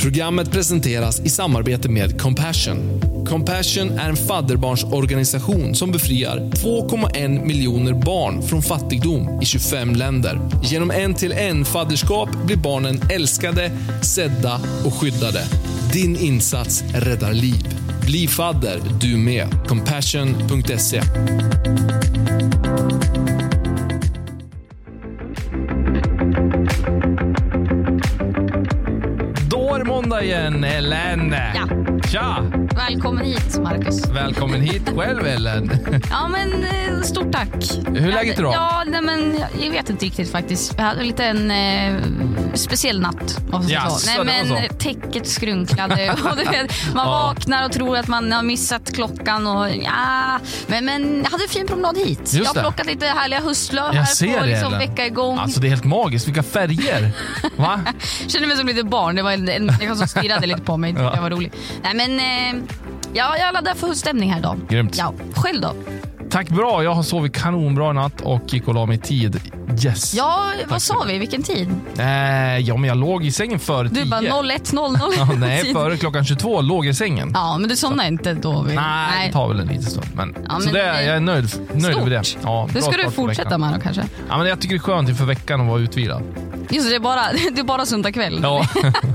Programmet presenteras i samarbete med Compassion. Compassion är en fadderbarnsorganisation som befriar 2,1 miljoner barn från fattigdom i 25 länder. Genom 1-till-1 fadderskap blir barnen älskade, sedda och skyddade. Din insats räddar liv. Bli fadder du med. Compassion.se. Då är det måndag igen, Ellen. Ja. Tja! Välkommen hit, Marcus. Välkommen hit själv, Ellen. Ja, men stort tack. Hur är läget idag? Ja, nej, men jag vet inte riktigt faktiskt. Jag hade lite en speciell natt. Jaså, nej, men täcket skrunklade. Och du vet, man vaknar och tror att man har missat klockan. Och, ja, men jag hade en fin promenad hit. Just jag har det. plockat lite härliga höstlöv Jag här ser på det, liksom, Ellen. vecka igång. Alltså det är helt magiskt, vilka färger. Va? Känner mig som lite barn. Det var en människa som stirrade lite på mig. Ja. Det var roligt. Nej, men jag laddar för höststämning här då. Grymt. Ja, själv då? Tack, bra. Jag har sovit kanonbra natt och gick och la mig i tid. Yes. Ja, Tack vad sa vi? Vilken tid? Ja, men jag låg i sängen före 10. Du bara 01.00. Ja, nej, före klockan 22 låg i sängen. Ja, men du somnar inte då? Nej, det tar väl en liten stund. Men, Ja, så men jag är nöjd med det. stort. Ja, Det bra ska start du på fortsätta veckan. med då kanske? Ja, men jag tycker det är skönt inför veckan att vara utvilad. Just det, är bara söndag kväll. Ja.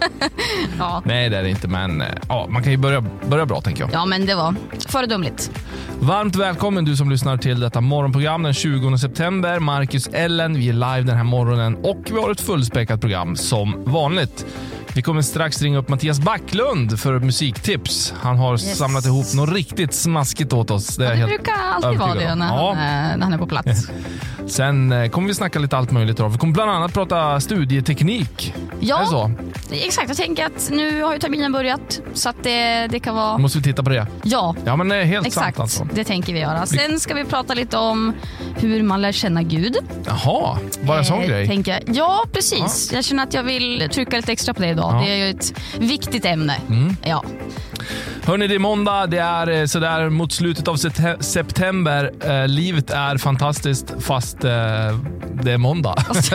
Ja. Nej, det är det inte, men ja, man kan ju börja bra, tänker jag. Ja, men det var föredömligt. Varmt välkommen du som lyssnar till detta morgonprogram den 20 september. Marcus, Ellen, vi är live den här morgonen och vi har ett fullspäckat program som vanligt. Vi kommer strax ringa upp Mattias Backlund för musiktips. Han har samlat ihop något riktigt smaskigt åt oss. Det, är Det helt brukar alltid vara det när han är på plats. Sen kommer vi snacka lite allt möjligt. Då. Vi kommer bland annat prata studieteknik. Ja, är det så? Exakt. Jag tänker att nu har ju terminen börjat så att det kan vara... Måste vi titta på det? Ja, Ja, men det är helt exakt. sant alltså. Det tänker vi göra. Sen ska vi prata lite om hur man lär känna Gud. Jaha, bara en sån grej. Tänker jag. Ja, precis. Ja. Jag känner att jag vill trycka lite extra på det idag. Ja. Det är ju ett viktigt ämne. Ja. Hörrni, det är måndag. Det är sådär mot slutet av september. Livet är fantastiskt fast det är måndag.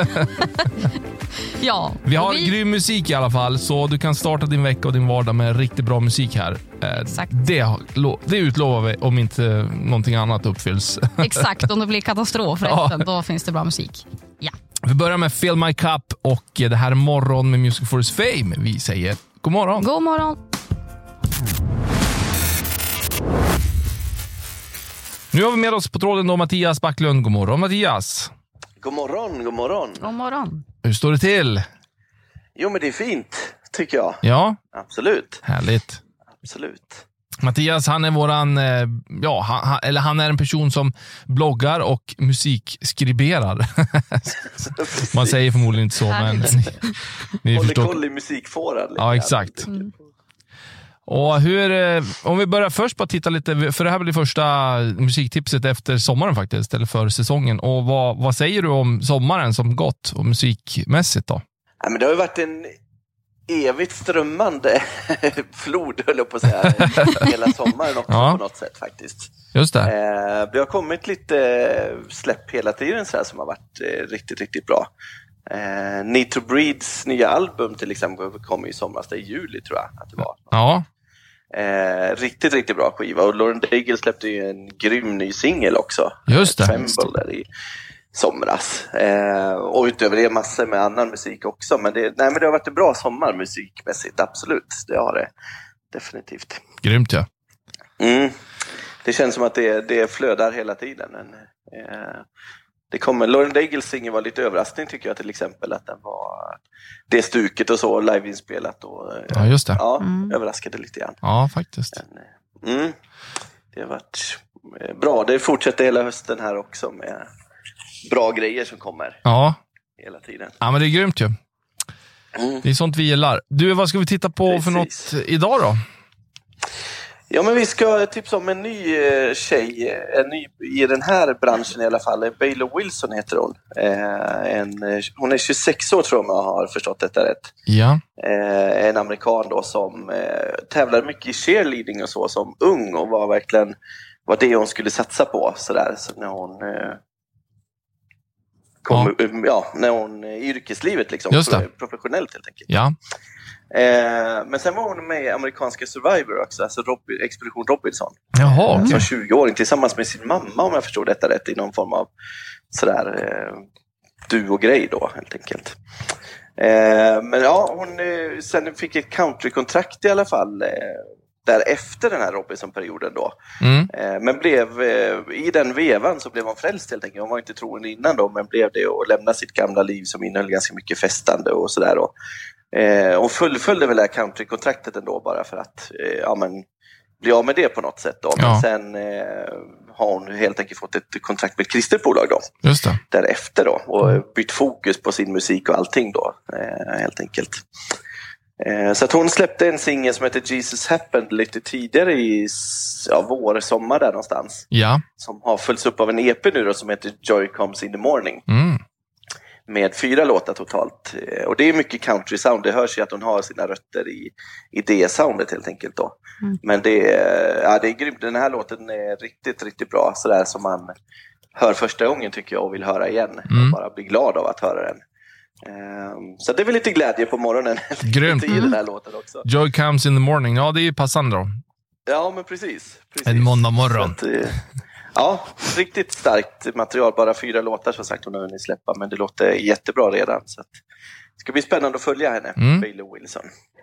Ja. Vi har grym musik i alla fall, så du kan starta din vecka och din vardag med riktigt bra musik här. Exakt. Det utlovar vi om inte någonting annat uppfylls. Exakt, om det blir katastrof då finns det bra musik. Ja. Vi börjar med Fill My Cup och det här är morgon med Music for His Fame. Vi säger god morgon. God morgon. Nu har vi med oss på tråden då Mattias Backlund. God morgon, Mattias. God morgon, god morgon. God morgon. Hur står det till? Jo, men det är fint, tycker jag. Ja, Absolut, härligt. absolut. Mattias, han är våran, han är en person som bloggar och musikskriberar. Man säger förmodligen inte så, men ni Håller förstår. koll i musikfåran. Ja, exakt. Och om vi börjar först bara titta lite, för det här blir första musiktipset efter sommaren faktiskt, eller för säsongen. Och vad säger du om sommaren som gått och musikmässigt då? Ja, men det har ju varit en evigt strömmande flod, höll jag på att säga, hela sommaren också på något sätt faktiskt. Just det. Det har kommit lite släpp hela tiden så här, som har varit riktigt, riktigt bra. Need to Breeds nya album till exempel kom i somras, i juli tror jag att det var. Ja. Riktigt, riktigt bra skiva. Och Lauren Daigle släppte ju en grym ny singel också. Just det. Tremble där i somras. Och utöver det massor med annan musik också. Men det har varit en bra sommar musikmässigt, absolut. Det har det definitivt. Grymt, ja. Det känns som att det flödar hela tiden. Det kommer, Lauren Daigles singel var lite överraskning tycker jag, till exempel att den var det stuket och så liveinspelat och Ja, just det. ja, överraskade lite grann. Ja, faktiskt. Men, det har varit bra. Det fortsätter hela hösten här också med bra grejer som kommer hela tiden. Ja, men det är grymt ju. Det är sånt vi gillar. Du, vad ska vi titta på för något idag då? Ja, men vi ska tipsa om en ny tjej, en ny i den här branschen i alla fall. Baylor Wilson heter hon. Hon är 26 år tror jag har förstått detta rätt. Ja. En amerikan då som tävlar mycket i cheerleading och så som ung och var det hon skulle satsa på sådär. Så när hon kom, när hon i yrkeslivet liksom, professionellt helt enkelt. Ja. Men sen var hon med i amerikanska Survivor också, alltså Expedition Robinson. Jaha, okay. Som 20-åring tillsammans med sin mamma, om jag förstod detta rätt, i någon form av sådär duo-grej då, helt enkelt. Men ja, hon sen fick ett countrykontrakt i alla fall därefter den här Robinson-perioden då. Men blev i den vevan så blev hon frälst helt enkelt. Hon var inte troende innan då, men blev det och lämnade sitt gamla liv som innehöll ganska mycket festande och sådär då. Och fullföljde väl det här countrykontraktet ändå bara för att bli av med det på något sätt då. Men sen har hon helt enkelt fått ett kontrakt med ett kristet bolag då. Just det. Därefter då. Och bytt fokus på sin musik och allting då. Helt enkelt. Så att hon släppte en singel som heter Jesus Happened lite tidigare i vår, sommar där någonstans. Ja. Som har följts upp av en EP nu då som heter Joy Comes in the Morning. Med 4 låtar totalt. Och det är mycket country sound. Det hörs ju att hon har sina rötter i det soundet helt enkelt då. Men det är grymt. Den här låten är riktigt, riktigt bra. Sådär som man hör första gången tycker jag och vill höra igen. Och bara bli glad av att höra den. Så det är väl lite glädje på morgonen. Grymt. I den här låten också. Joy Comes in the Morning. Ja, det är ju passande då. Ja, men precis. En måndag morgon. Ja, riktigt starkt material. Bara 4 låtar som sagt hon har hunnit släppa. Men det låter jättebra redan. Så att det ska bli spännande att följa henne. Baylor Wilson.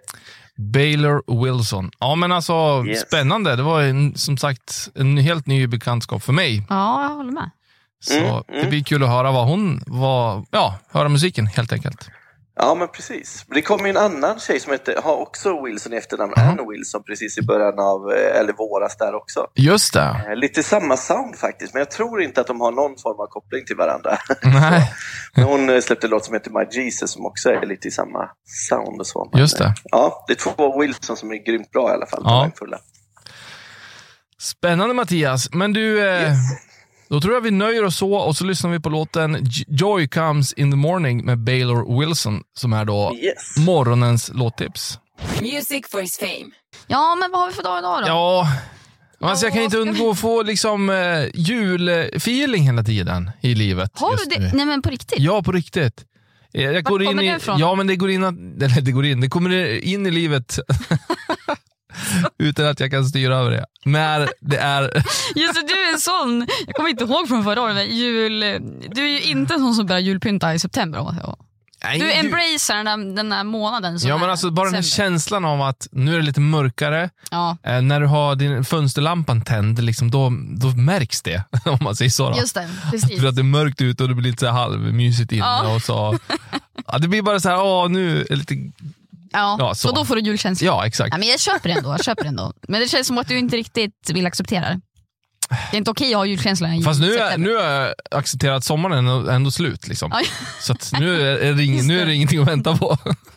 Baylor Wilson. Ja, men alltså spännande. Det var som sagt en helt ny bekantskap för mig. Ja, jag håller med. Så det blir kul att höra vad hon var. Ja, höra musiken helt enkelt. Ja, men precis. Det kom ju en annan tjej som har också Wilson i efternamn, Anne Wilson, precis i början av, eller våras där också. Just det. Lite samma sound faktiskt, men jag tror inte att de har någon form av koppling till varandra. Nej. Men hon släppte en låt som heter My Jesus som också är lite i samma sound och så. Men, just det. Ja, det är 2 Wilson som är grymt bra i alla fall. Ja. Spännande Mattias, men du... Då tror jag vi nöjer oss så och så lyssnar vi på låten Joy Comes in the Morning med Baylor Wilson som är då morgonens låttips. Music for his fame. Ja, men vad har vi för dag idag då? Ja, alltså jag kan inte undgå att få liksom julfeeling hela tiden i livet. Har du det? Nej, men på riktigt? Ja, på riktigt. Jag går in i, ja, men det kommer in i livet utan att jag kan styra över det. Men det är... Just det, du är en sån. Jag kommer inte ihåg från förra året. Du är ju inte en sån som börjar julpynta i september. Du embracear den här månaden. Ja, men alltså bara den känslan av att nu är det lite mörkare. Ja. När du har din fönsterlampan tänd, liksom, då märks det. Om man säger så. Då. Just det, precis. För att det är mörkt ut och det blir lite så halvmysigt inne. Ja. Och så. Ja, det blir bara så här, nu är det lite... Ja, så då får du julkänsla. Ja, exakt. Ja, men jag köper det ändå. Men det känns som att du inte riktigt vill acceptera det. Det är inte okej att ha julkänsla. Fast nu har jag accepterat att sommaren är ändå slut. Liksom. Så att nu är det ingenting att vänta på.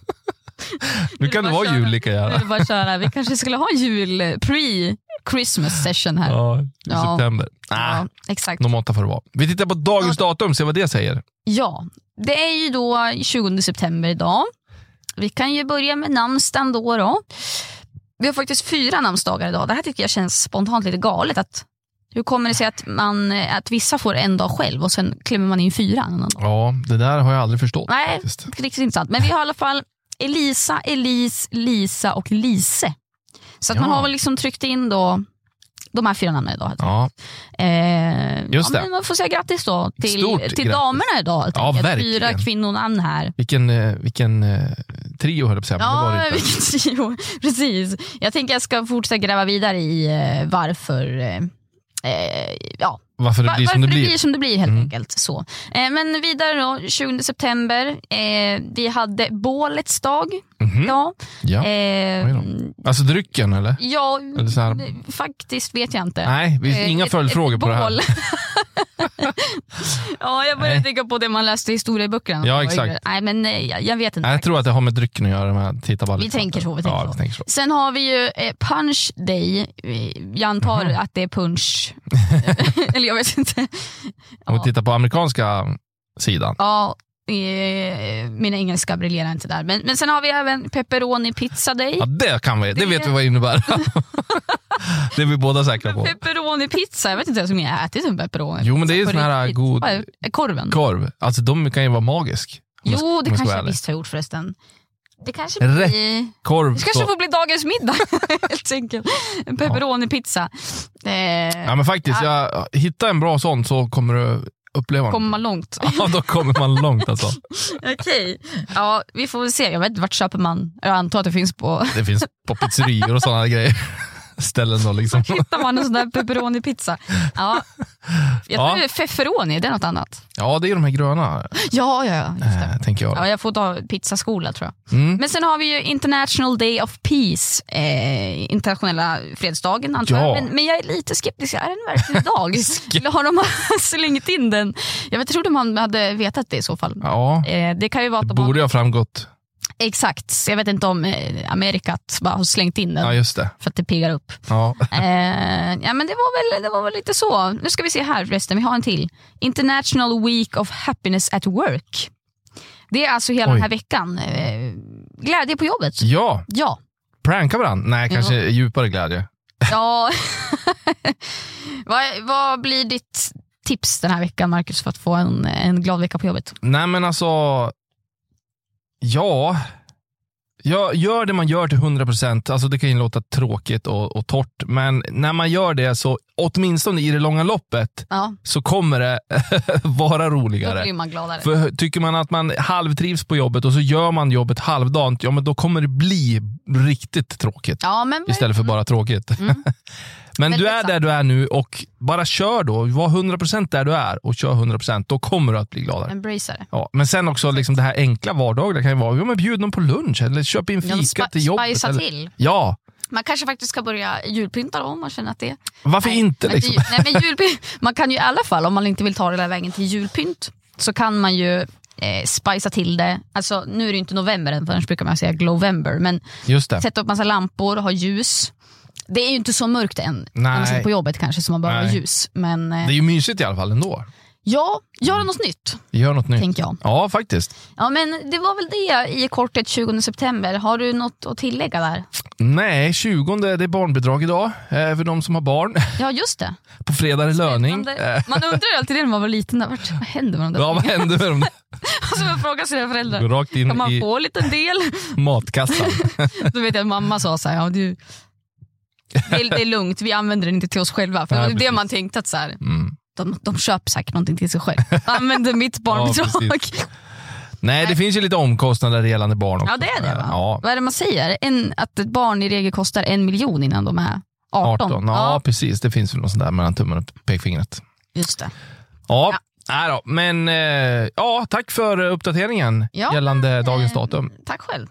Nu kan det vara jul lika gärna. Vi kanske skulle ha jul pre-Christmas session här. Ja, i september. Ja, exakt. De 8 får det vara. Vi tittar på dagens datum, se vad det säger. Ja, det är ju då 20 september idag. Vi kan ju börja med namnsdagen då. Vi har faktiskt 4 namnsdagar idag. Det här tycker jag känns spontant lite galet. Hur kommer det sig att vissa får en dag själv och sen klämmer man in 4? Ja, det där har jag aldrig förstått. Nej, faktiskt. Det är riktigt intressant. Men vi har i alla fall Elisa, Elise, Lisa och Lise. Så att man har väl liksom tryckt in då de här 4 namnen idag. Ja. Just det. Men man får säga grattis då till damerna idag. Ja, verkligen. 4 kvinnonamn här. Vilken trio, höll jag på att säga. Ja, vilken trio. Precis. Jag tänker jag ska fortsätta gräva vidare i varför det blir som det blir helt enkelt så. Men vidare då, 20 september vi hade bålets dag. Ja. Alltså drycken eller? Ja, eller så här... faktiskt vet jag inte. Nej, inga följdfrågor på det här. Ja, jag började tänka på det man läste i historieböckerna. Ja, exakt. Nej, men jag vet inte. Jag tror att det har med drycken att göra med att titta på. Vi tänker så. Sen har vi ju punch day. Jag antar att det är punch. Eller jag vet inte. Om vi tittar på amerikanska sidan. Ja, mina engelska briljerar inte där. Men sen har vi även pepperoni pizza day. Ja, det kan vi. Det vet vi vad det innebär. Det är vi båda säkra på. Pepperoni pizza, jag vet inte om jag har ätit en pepperoni. Jo, men det är ju sån här god... Korven. Korv. Alltså de kan ju vara magisk. Jo, det kanske jag visst har gjort förresten. Det kanske blir... Korv. Det kanske får bli dagens middag. Helt enkelt. En pepperoni-pizza. Ja, men faktiskt, jag hittar en bra sån så kommer du uppleva. Kommer man långt? Ja, då kommer man långt alltså. Okej. Ja, vi får väl se. Jag vet inte vart köper man. Jag antar att det finns på... Det finns på pizzerior och sådana grejer. Ställen då liksom. Hittar man en sån där pepperoni-pizza. Ja. Jag tror det är pepperoni, det är något annat. Ja, det är de här gröna. Ja, just det. Tänker jag. Ja, jag får ta pizzaskola tror jag. Mm. Men sen har vi ju International Day of Peace, internationella fredsdagen antar jag. Men jag är lite skeptisk, är det en verklig dag? Eller har de slängt in den? Jag tror de hade vetat det i så fall. Ja, det kan ju vara att det borde ha framgått. Exakt, så jag vet inte om Amerikat bara har slängt in den. Ja, just det. För att det piggar upp. Ja. Ja, men det var väl lite så. Nu ska vi se här förresten, vi har en till. International Week of Happiness at Work. Det är alltså hela den här veckan. Glädje på jobbet. Ja. Pranka varandra? Nej, kanske djupare glädje. Ja. Vad blir ditt tips den här veckan, Marcus, för att få en glad vecka på jobbet? Nej, men alltså... Ja, jag gör det man gör till 100%. Alltså det kan ju låta tråkigt och torrt, men när man gör det så åtminstone i det långa loppet så kommer det vara roligare. Då blir man gladare. För tycker man att man halvtrivs på jobbet och så gör man jobbet halvdant, ja men då kommer det bli riktigt tråkigt. Ja, men... Istället för bara tråkigt. Men du är där du är nu och bara kör då. Var 100% där du är och kör 100%. Då kommer du att bli gladare. Embrace det. Ja, men sen också liksom det här enkla vardagliga kan ju vara, men bjud någon på lunch eller köp in fika till jobbet. Spicea eller... till. Ja. Man kanske faktiskt ska börja julpynta då, om man känner att det... Varför inte liksom? Men man kan ju i alla fall, om man inte vill ta det där vägen till julpynt, så kan man ju spicea till det. Alltså nu är det ju inte november än, förrän brukar man säga Glowember, men just det. Sätta upp massa lampor, ha ljus. Det är ju inte så mörkt än. Man sitter på jobbet kanske, så man bara har ljus. Men, det är ju mysigt i alla fall ändå. Ja, gör något nytt. Gör något nytt. Tänker jag. Ja, faktiskt. Ja, men det var väl det i korthet 20 september. Har du något att tillägga där? Nej, 20 det är barnbidrag idag. För de som har barn. Ja, just det. På fredag är löning. Man undrar ju alltid det när man var liten. Vad händer med dem där? Ja, vad händer med dem där? Och så man frågar sina föräldrar. Rakt in kan man få en liten del? Matkassan. Då vet jag att mamma sa så här, ja, det är lugnt, vi använder den inte till oss själva. För det man tänkte att så här, de köper säkert någonting till sig själv. Använder mitt barnbidrag. Nej, det finns ju lite omkostnader gällande barn också. Ja, det är det, va? Ja. Vad är det man säger? Att ett barn i regel kostar 1 miljon innan de är 18. Ja, precis. Det finns väl något sånt där mellan tummen och pekfingret. Just det. Ja. Nej då. Men tack för uppdateringen gällande dagens datum. Tack själv.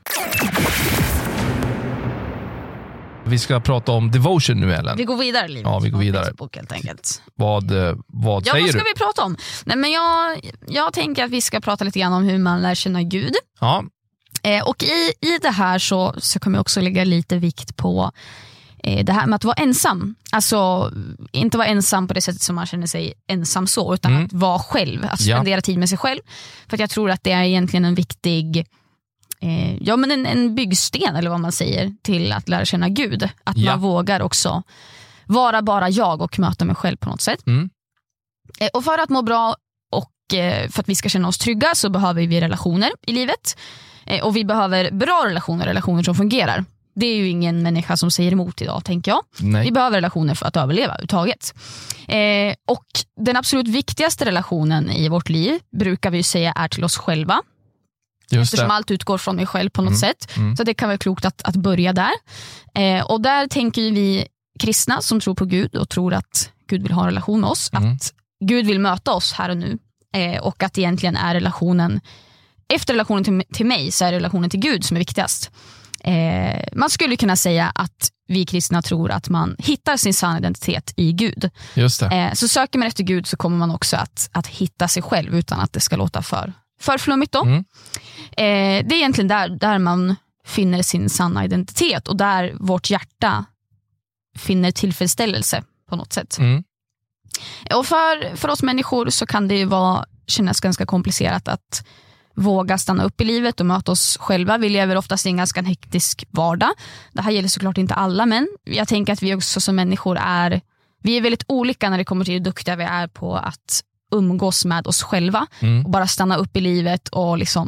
Vi ska prata om devotion nu, Ellen. Vi går vidare, livet. Ja, vi går vidare. Facebook, helt enkelt. Vad säger vad ska du? vi prata om? Nej, men jag tänker att vi ska prata lite grann om hur man lär känna Gud. Ja. Och i det här så kommer jag också lägga lite vikt på det här med att vara ensam. Alltså inte vara ensam på det sättet som man känner sig ensam så, utan att vara själv. Att spendera tid med sig själv. För att jag tror att det är egentligen en viktig... en byggsten, eller vad man säger, till att lära känna Gud. Att man vågar också vara bara jag och möta mig själv på något sätt. Och för att må bra och för att vi ska känna oss trygga, så behöver vi relationer i livet. Och vi behöver bra relationer som fungerar. Det är ju ingen människa som säger emot idag, tänker jag. Nej. Vi behöver relationer för att överleva överhuvudtaget. Och den absolut viktigaste relationen i vårt liv brukar vi ju säga är till oss själva. Eftersom allt utgår från mig själv på något sätt. Så det kan vara klokt att börja där. Och där tänker vi kristna som tror på Gud och tror att Gud vill ha en relation med oss. Att Gud vill möta oss här och nu. Och att egentligen är relationen, efter relationen till mig, så är relationen till Gud som är viktigast. Man skulle kunna säga att vi kristna tror att man hittar sin sanna identitet i Gud. Just det. Så söker man efter Gud så kommer man också att hitta sig själv, utan att det ska låta för flummigt då. Det är egentligen där man finner sin sanna identitet, och där vårt hjärta finner tillfredsställelse på något sätt. Och för oss människor så kan det ju kännas ganska komplicerat att våga stanna upp i livet och möta oss själva. Vi lever oftast i en ganska hektisk vardag. Det här gäller såklart inte alla, men jag tänker att vi också som människor är väldigt olika när det kommer till hur duktiga vi är på att umgås med oss själva och bara stanna upp i livet och liksom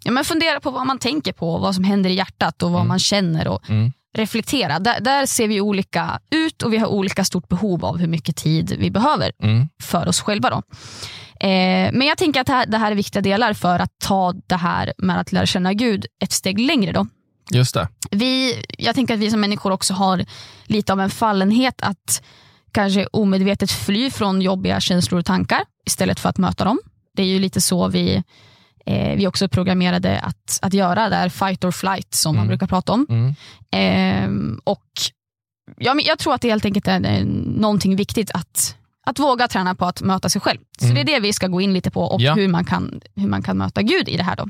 men fundera på vad man tänker på, vad som händer i hjärtat och vad man känner och reflektera. Där ser vi olika ut och vi har olika stort behov av hur mycket tid vi behöver för oss själva då. Men jag tänker att det här är viktiga delar för att ta det här med att lära känna Gud ett steg längre då. Just det. Jag tänker att vi som människor också har lite av en fallenhet att kanske omedvetet fly från jobbiga känslor och tankar istället för att möta dem. Det är ju lite så vi också är programmerade att göra där, fight or flight som man brukar prata om. Och jag tror att det helt enkelt är någonting viktigt att våga träna på att möta sig själv. Så det är det vi ska gå in lite på och hur man kan möta Gud i det här då.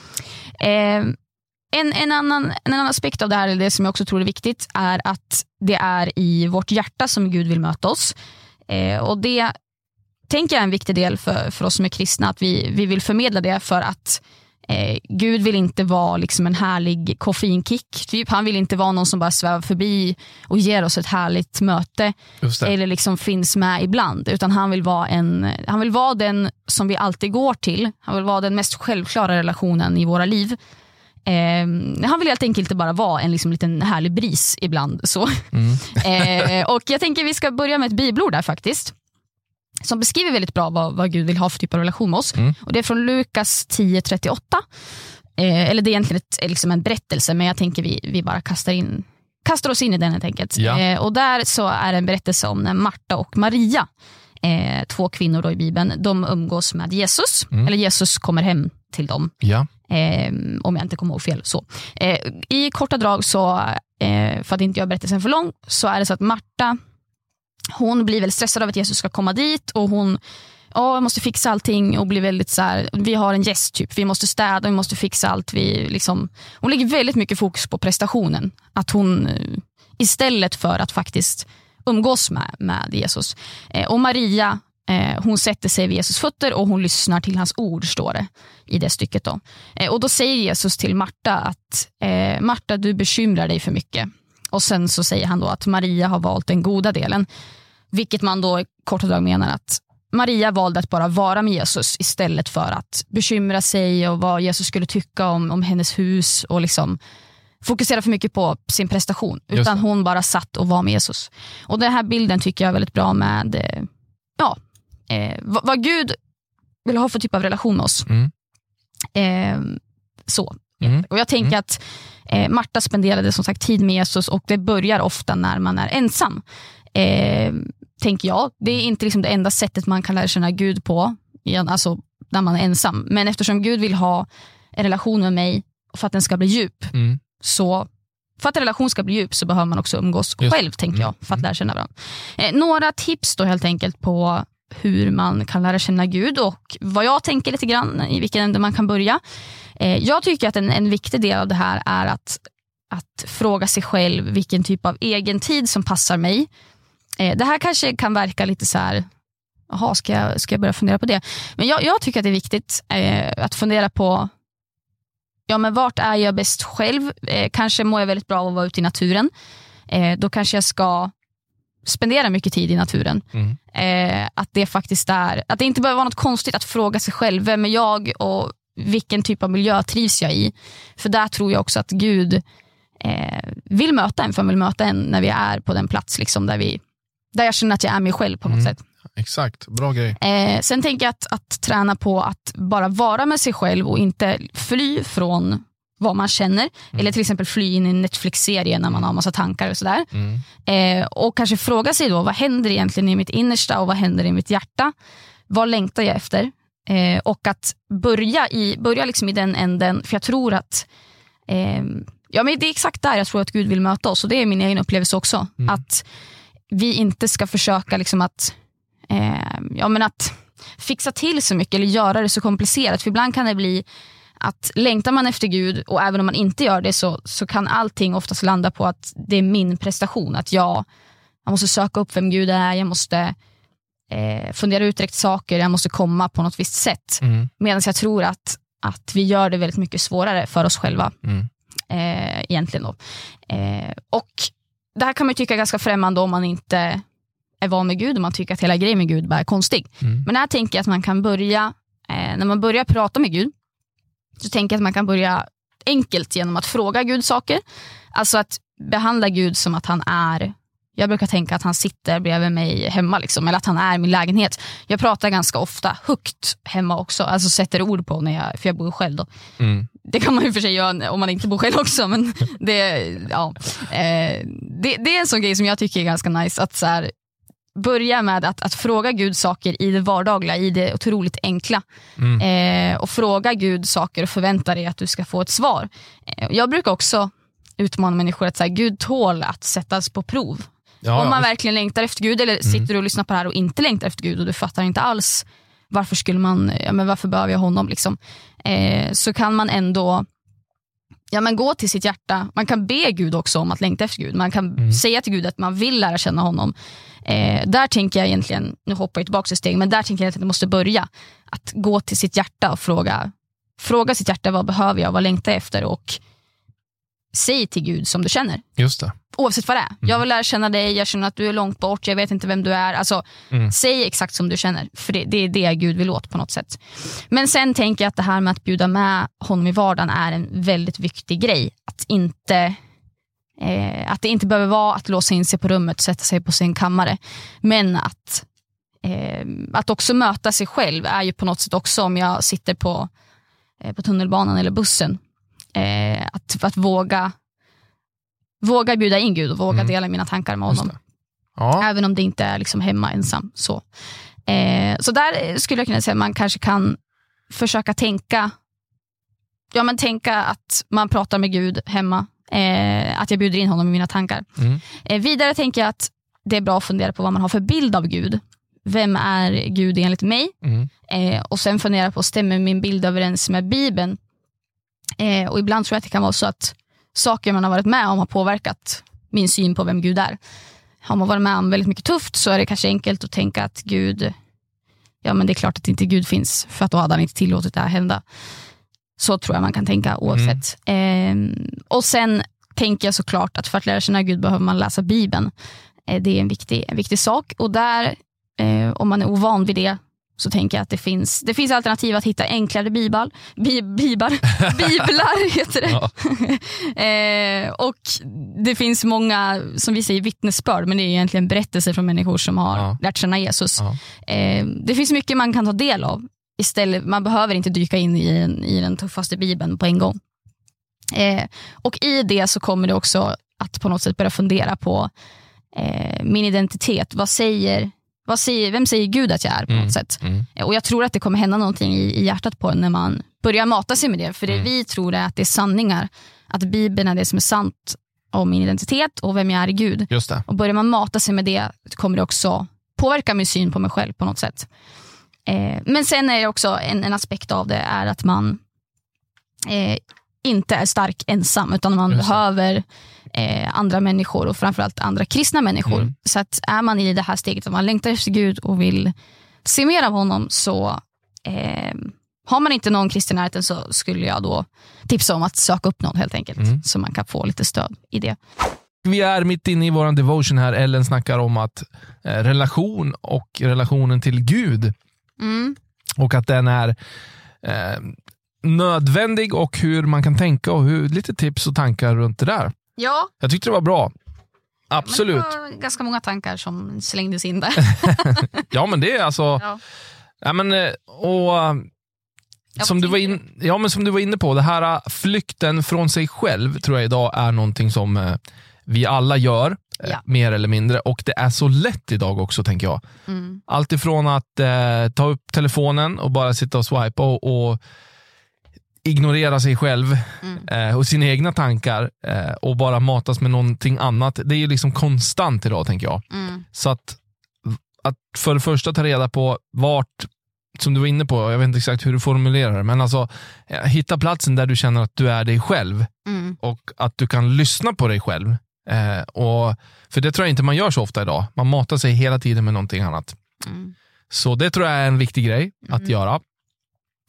En annan aspekt av det här, eller det som jag också tror är viktigt, är att det är i vårt hjärta som Gud vill möta oss. Och det tänker jag är en viktig del för oss som är kristna, att vi vill förmedla det, för att Gud vill inte vara liksom en härlig koffeinkick typ. Han vill inte vara någon som bara svävar förbi och ger oss ett härligt möte eller liksom finns med ibland, utan han vill vara den som vi alltid går till. Han vill vara den mest självklara relationen i våra liv. Han vill helt enkelt inte bara vara en liksom liten härlig bris ibland så. Och jag tänker vi ska börja med ett bibelord där faktiskt, som beskriver väldigt bra vad Gud vill ha för typ av relation med oss. Och det är från Lukas 10:38. Eller det är egentligen liksom en berättelse, men jag tänker vi bara kastar oss in i den helt enkelt. Och där så är det en berättelse om när Marta och Maria, 2 kvinnor då i Bibeln, de umgås med Jesus. Eller Jesus kommer hem till dem. Om jag inte kommer ihåg fel. Så. I korta drag så, för att inte göra berättelsen för lång, så är det så att Marta, hon blir väldigt stressad av att Jesus ska komma dit, och hon måste fixa allting och blir väldigt så här, vi har en gäst typ, vi måste städa, vi måste fixa allt, hon lägger väldigt mycket fokus på prestationen, att hon istället för att faktiskt umgås med Jesus. Och Maria, hon sätter sig vid Jesus fötter och hon lyssnar till hans ord, står det i det stycket då. Och då säger Jesus till Marta att Marta, du bekymrar dig för mycket. Och sen så säger han då att Maria har valt den goda delen, vilket man då i korta drag menar att Maria valde att bara vara med Jesus istället för att bekymra sig och vad Jesus skulle tycka om hennes hus och liksom fokusera för mycket på sin prestation, utan hon bara satt och var med Jesus. Och den här bilden tycker jag är väldigt bra med vad Gud vill ha för typ av relation med oss. Och jag tänker att Marta spenderade som sagt tid med Jesus, och det börjar ofta när man är ensam. Tänker jag. Det är inte liksom det enda sättet man kan lära känna Gud på, alltså när man är ensam. Men eftersom Gud vill ha en relation med mig, och för att den ska bli djup, så för att en relation ska bli djup så behöver man också umgås själv, tänker jag, för att lära känna varandra. Några tips då helt enkelt på hur man kan lära känna Gud, och vad jag tänker lite grann i vilken ände man kan börja. Jag tycker att en viktig del av det här är att fråga sig själv vilken typ av egen tid som passar mig. Det här kanske kan verka lite så här, ska jag börja fundera på det? Men jag tycker att det är viktigt att fundera på, men vart är jag bäst själv? Kanske mår jag väldigt bra av att vara ute i naturen. Då kanske jag ska spendera mycket tid i naturen. Att det faktiskt är, att det inte behöver vara något konstigt att fråga sig själv, vem är jag och vilken typ av miljö trivs jag i? För där tror jag också att Gud vill möta en, för han vill möta en när vi är på den plats liksom, där jag känner att jag är mig själv på något sätt. Exakt, bra grej. Sen tänker jag att träna på att bara vara med sig själv och inte fly från vad man känner. Eller till exempel fly in i en Netflix-serie när man har massa tankar och sådär. Och kanske fråga sig då, vad händer egentligen i mitt innersta och vad händer i mitt hjärta? Vad längtar jag efter? Och att börja liksom i den änden, för jag tror att men det är exakt där jag tror att Gud vill möta oss, och det är min egen upplevelse också. Att vi inte ska försöka liksom att fixa till så mycket eller göra det så komplicerat, för ibland kan det bli att längtar man efter Gud, och även om man inte gör det så kan allting oftast landa på att det är min prestation, att jag måste söka upp vem Gud är, jag måste fundera ut rätt saker, jag måste komma på något visst sätt. Medan jag tror att vi gör det väldigt mycket svårare för oss själva egentligen då. Och det här kan man tycka är ganska främmande om man inte är van med Gud och man tycker att hela grejen med Gud bara är konstig. Men här tänker jag att man kan börja när man börjar prata med Gud, så tänker jag att man kan börja enkelt genom att fråga Gud saker. Alltså att behandla Gud som att han är... Jag brukar tänka att han sitter bredvid mig hemma liksom, eller att han är min lägenhet. Jag pratar ganska ofta högt hemma också. Alltså sätter ord på för jag bor själv då. Det kan man ju för sig göra om man inte bor själv också. Men det är en sån grej som jag tycker är ganska nice. Att så här, börja med att fråga Gud saker i det vardagliga, i det otroligt enkla. Och fråga Gud saker och förvänta dig att du ska få ett svar. Jag brukar också utmana människor att så här, Gud tål att sättas på prov. Om man verkligen längtar efter Gud, eller sitter du och lyssnar på det här och inte längtar efter Gud och du fattar inte alls varför behöver jag honom liksom, så kan man ändå gå till sitt hjärta. Man kan be Gud också om att längta efter Gud. Man kan säga till Gud att man vill lära känna honom. Där tänker jag egentligen, nu hoppar jag tillbaka ett steg, men där tänker jag att det måste börja att gå till sitt hjärta och fråga sitt hjärta, vad behöver jag, vad längtar jag efter, och säg till Gud som du känner. Just det. Oavsett vad det är. Jag vill lära känna dig, jag känner att du är långt bort, jag vet inte vem du är. Alltså, säg exakt som du känner. För det är det Gud vill åt på något sätt. Men sen tänker jag att det här med att bjuda med honom i vardagen är en väldigt viktig grej. Att det inte behöver vara att låsa in sig på rummet, sätta sig på sin kammare. Men att också möta sig själv är ju på något sätt också, om jag sitter på tunnelbanan eller bussen. Att våga bjuda in Gud och våga dela mina tankar med honom. Ja. Även om det inte är liksom hemma ensam. Så där skulle jag kunna säga att man kanske kan försöka tänka att man pratar med Gud hemma. Att jag bjuder in honom i mina tankar. Vidare tänker jag att det är bra att fundera på vad man har för bild av Gud. Vem är Gud enligt mig? Och sen fundera på, stämmer min bild överens med Bibeln? Och ibland tror jag att det kan vara så att saker man har varit med om har påverkat min syn på vem Gud är. Har man varit med om väldigt mycket tufft, så är det kanske enkelt att tänka att Gud, men det är klart att inte Gud finns, för att då hade han inte tillåtit det här hända. Så tror jag man kan tänka oavsett. Och sen tänker jag såklart att för att lära känna Gud behöver man läsa Bibeln. Det är en viktig sak. Och där, om man är ovan vid det, så tänker jag att det finns alternativ att hitta enklare biblar heter det. Och det finns många, som vi säger, vittnesbörd, men det är egentligen berättelser från människor som har lärt känna Jesus. Det finns mycket man kan ta del av. Istället, man behöver inte dyka in i den tuffaste Bibeln på en gång. Och i det så kommer det också att på något sätt börja fundera på min identitet. Vem säger Gud att jag är på något sätt? Och jag tror att det kommer hända någonting i hjärtat på en när man börjar mata sig med det. För det vi tror är att det är sanningar. Att Bibeln är det som är sant om min identitet och vem jag är i Gud. Just det. Och börjar man mata sig med det, kommer det också påverka min syn på mig själv på något sätt. Men sen är det också en aspekt av det är att man inte är stark ensam, utan man behöver andra människor, och framförallt andra kristna människor. Så att är man i det här steget att man längtar efter Gud och vill se mer av honom, så har man inte någon kristen närheten, så skulle jag då tipsa om att söka upp någon helt enkelt, så man kan få lite stöd i det. Vi är mitt inne i våran devotion här. Ellen snackar om att relation och relationen till Gud och att den är nödvändig, och hur man kan tänka och lite tips och tankar runt det där. Ja. Jag tyckte det var bra. Absolut. Men det var ganska många tankar som slängdes in där. Ja, men det är alltså... Ja, men, och... Som du var inne på, det här flykten från sig själv tror jag idag är någonting som vi alla gör, mer eller mindre, och det är så lätt idag också, tänker jag. Allt ifrån att ta upp telefonen och bara sitta och swipa och ignorera sig själv och sina egna tankar och bara matas med någonting annat. Det är ju liksom konstant idag, tänker jag. Så att för det första ta reda på vart, som du var inne på, jag vet inte exakt hur du formulerar det, men alltså hitta platsen där du känner att du är dig själv och att du kan lyssna på dig själv. Och för det tror jag inte man gör så ofta idag. Man matar sig hela tiden med någonting annat. Så det tror jag är en viktig grej att göra.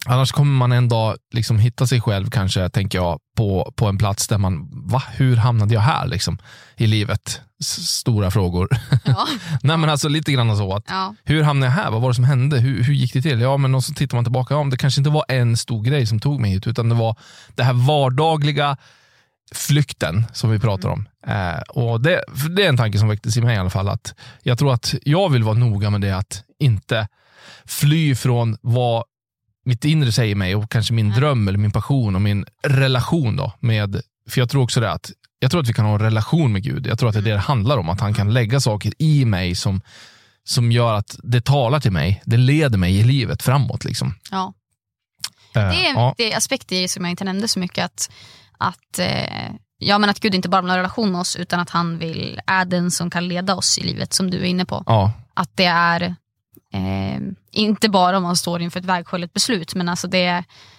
Annars kommer man en dag liksom hitta sig själv kanske, tänker jag, på en plats där man, hur hamnade jag här liksom i livet? Stora frågor. Ja. Nej, men alltså lite grann så att hur hamnade jag här? Vad var det som hände? Hur gick det till? Ja, men så tittar man tillbaka, det kanske inte var en stor grej som tog mig hit, utan det var det här vardagliga flykten som vi pratar om. Och det är en tanke som väcktes i mig i alla fall, att jag tror att jag vill vara noga med det, att inte fly från vad mitt inre säger mig och kanske min dröm eller min passion och min relation då med, för jag tror också det att jag tror att vi kan ha en relation med Gud. Jag tror att det handlar om, att han kan lägga saker i mig som gör att det talar till mig, det leder mig i livet framåt liksom. Ja. Det är det aspekter som jag inte nämnde så mycket, att Gud inte bara vill ha en relation med oss, utan att han är den som kan leda oss i livet, som du är inne på. Ja. Att det är inte bara om man står inför ett vägskäligt beslut, men alltså det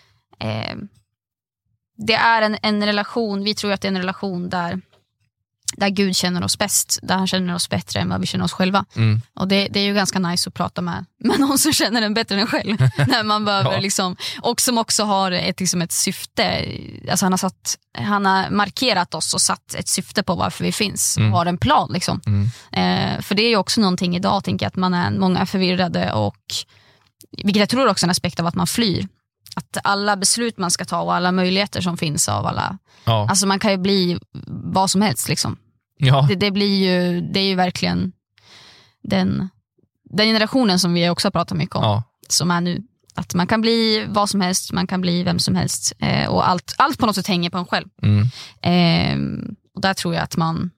är en relation. Vi tror att det är en relation där Gud känner oss bäst, där han känner oss bättre än vad vi känner oss själva. Och det är ju ganska nice att prata med någon som känner en bättre än själv. När man behöver liksom, och som också har ett syfte. Alltså han har markerat oss och satt ett syfte på varför vi finns och har en plan liksom. För det är ju också någonting idag, tänker jag, att många är förvirrade, och vilket jag tror också är en aspekt av att man flyr. Att alla beslut man ska ta och alla möjligheter som finns av alla, alltså man kan ju bli vad som helst liksom. Ja. Det är ju verkligen den generationen som vi också har pratat mycket om, som är nu, att man kan bli vad som helst, man kan bli vem som helst, och allt på något sätt hänger på en själv. Och där tror jag att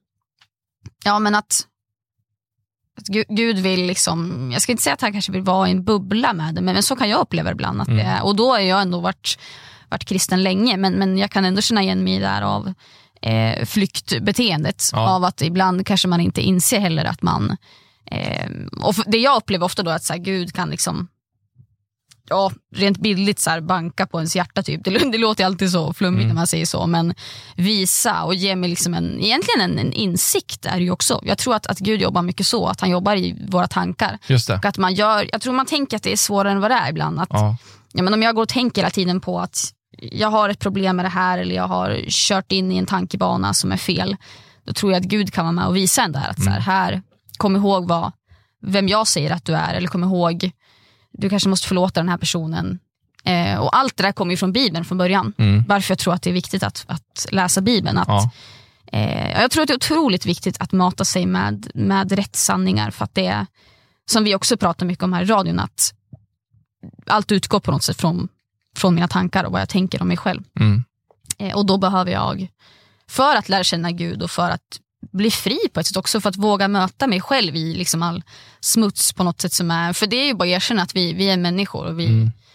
att Gud vill liksom, jag ska inte säga att han kanske vill vara i en bubbla med det, men så kan jag uppleva ibland att det är, och då har jag ändå varit kristen länge, men jag kan ändå känna igen mig där av flyktbeteendet, av att ibland kanske man inte inser heller att man och det jag upplever ofta då, att så här, Gud kan liksom rent bildligt så här banka på ens hjärta typ. Det låter alltid så flummigt när man säger så, men visa och ge mig liksom egentligen en insikt är det ju också. Jag tror att Gud jobbar mycket så, att han jobbar i våra tankar. Just det. Och att jag tror man tänker att det är svårare än vad det är ibland, att men om jag går och tänker hela tiden på att jag har ett problem med det här, eller jag har kört in i en tankebana som är fel, då tror jag att Gud kan vara med och visa en där att så här, kom ihåg vem jag säger att du är, eller kom ihåg, du kanske måste förlåta den här personen. Och allt det där kommer ju från Bibeln från början. Varför jag tror att det är viktigt att läsa Bibeln. Jag tror att det är otroligt viktigt att mata sig med rätt sanningar, för att det är, som vi också pratar mycket om här i radion, att allt utgår på något sätt från mina tankar och vad jag tänker om mig själv. Och då behöver jag, för att lära känna Gud och för att bli fri på ett sätt också, för att våga möta mig själv i liksom all smuts på något sätt som är, för det är ju bara att erkänna att vi är människor, och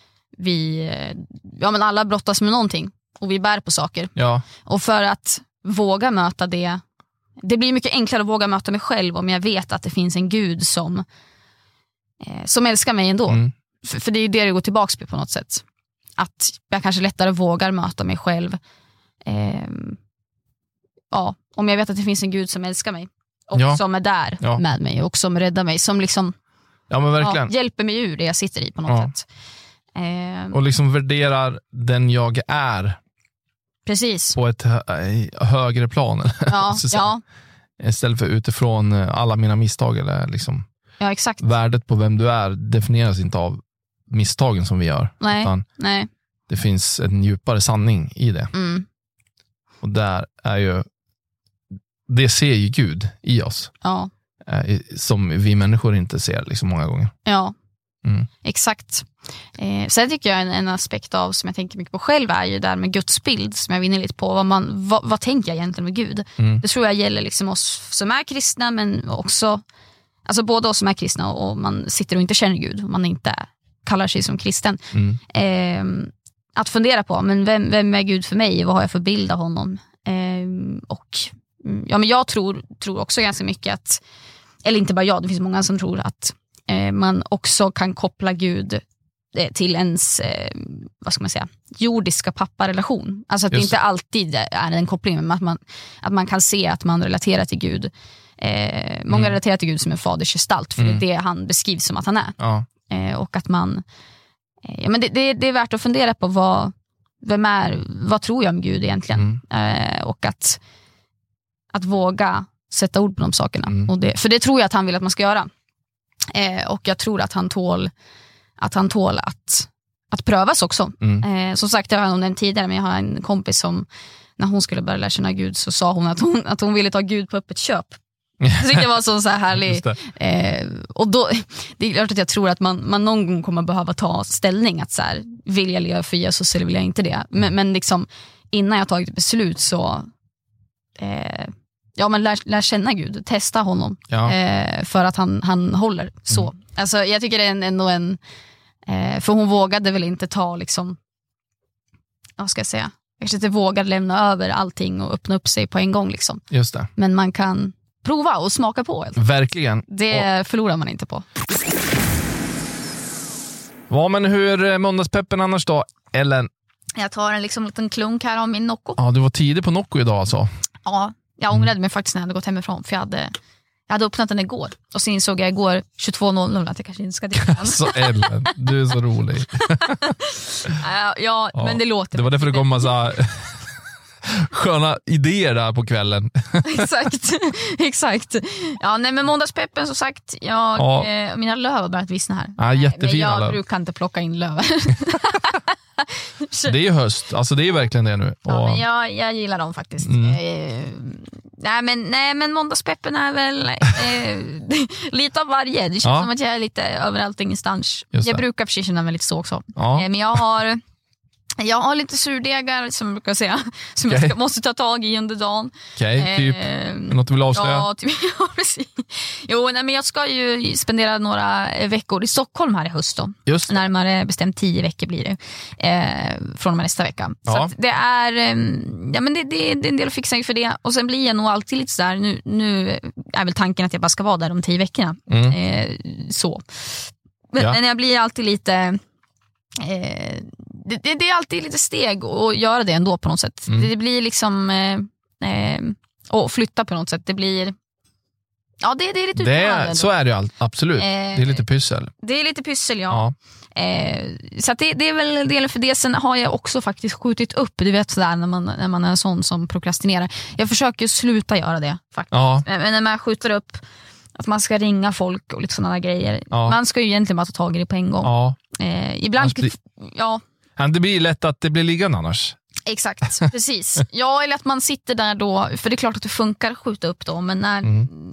men alla brottas med någonting och vi bär på saker. Och för att våga möta det blir mycket enklare att våga möta mig själv om jag vet att det finns en Gud som älskar mig ändå. För det är ju det går tillbaks på något sätt, att jag kanske lättare vågar möta mig själv om jag vet att det finns en Gud som älskar mig och som är där med mig och som räddar mig, som liksom men verkligen. Hjälper mig ur det jag sitter i på något sätt. Och liksom värderar den jag är. Precis. På ett högre plan. Istället för utifrån alla mina misstag, eller liksom exakt. Värdet på vem du är definieras inte av misstagen som vi gör. Nej. Det finns en djupare sanning i det. Och där är ju, det ser ju Gud i oss. Som vi människor inte ser liksom många gånger. Exakt. Sen tycker jag en aspekt av, som jag tänker mycket på själv, är ju där med Guds bild, som jag vinner lite på. Vad tänker jag egentligen med Gud? Det tror jag gäller liksom oss som är kristna, men också alltså både oss som är kristna och man sitter och inte känner Gud, och man inte kallar sig som kristen. Att fundera på, men vem är Gud för mig? Vad har jag för bild av honom? Men jag tror också ganska mycket att, eller inte bara jag, det finns många som tror att man också kan koppla Gud till ens vad ska man säga, jordiska papparelation. Alltså att det inte alltid är en koppling, men att man kan se att man relaterar till Gud. Många relaterar till Gud som en fadersgestalt, för det är det han beskrivs som att han är. Och att man Ja, men det är värt att fundera på vad tror jag om Gud egentligen? Och att våga sätta ord på de sakerna. Och för det tror jag att han vill att man ska göra. Och jag tror att han tål att prövas också. Som sagt, jag har nämnt tidigare, men jag har en kompis som när hon skulle börja lära känna Gud så sa hon att hon ville ta Gud på öppet köp. Jag tyckte det var så här härlig. Och då, det är klart att jag tror att man någon gång kommer behöva ta ställning att så här, vill jag leva för Jesus eller vill jag inte det? Men liksom innan jag tagit ett beslut så men lär känna Gud, testa honom för att han håller så. Alltså jag tycker det är ändå en för hon vågade väl inte ta liksom, vad ska jag säga, kanske inte vågade lämna över allting och öppna upp sig på en gång liksom. Just det. Men man kan prova och smaka på. Verkligen. Det förlorar man inte på. Ja, men hur är måndagspeppen annars då, Ellen? Jag tar en liten klunk här av min Nocco. Ja, du var tidig på Nocco idag alltså. Ja, jag ångrade mig faktiskt när jag hade gått hemifrån. För jag hade öppnat den igår. Och sen insåg jag igår 22.00 att jag kanske inte ska dricka den. Så Ellen, du är så rolig. Ja, men det låter. Det var därför det kom massa sköna idéer där på kvällen. Exakt. Ja, nej, men måndagspeppen som sagt. Mina löv har börjat vissna här. Ja, jättefina men jag löv. brukar inte plocka in löv. Det är ju höst, alltså det är verkligen det nu. Ja, men jag gillar dem faktiskt. Nej men måndagspeppen är väl lite av varje. Det känns som att jag är lite överallt och ingenstans. Jag brukar precis känna mig lite så också. Men jag har lite surdegar som jag brukar säga, som jag måste ta tag i under dagen. Typ något du vill avslöja? Ja, precis. Men jag ska ju spendera några veckor i Stockholm här i höst då. Just. Närmare bestämt 10 veckor blir det från och med nästa vecka. Så att det är men det är en del att fixa inför det. Och sen blir jag nog alltid lite så här, nu är väl tanken att jag bara ska vara där de 10 veckorna. Så. Men jag blir alltid lite det är alltid lite steg att göra det ändå på något sätt. Det blir liksom och flytta på något sätt. Det blir det är lite utmanande. Så är det ju absolut. Det är lite pyssel. Det är lite pyssel, så att det är väl delen för det. Sen har jag också faktiskt skjutit upp. Du vet sådär när man är en sån som prokrastinerar. Jag försöker sluta göra det faktiskt. Men när man skjuter upp att man ska ringa folk och lite sådana grejer. Man ska ju egentligen bara ta tag i det på en gång. Ibland det blir lätt att det blir liggande annars. Exakt, precis. Eller att man sitter där då, för det är klart att det funkar att skjuta upp då, men när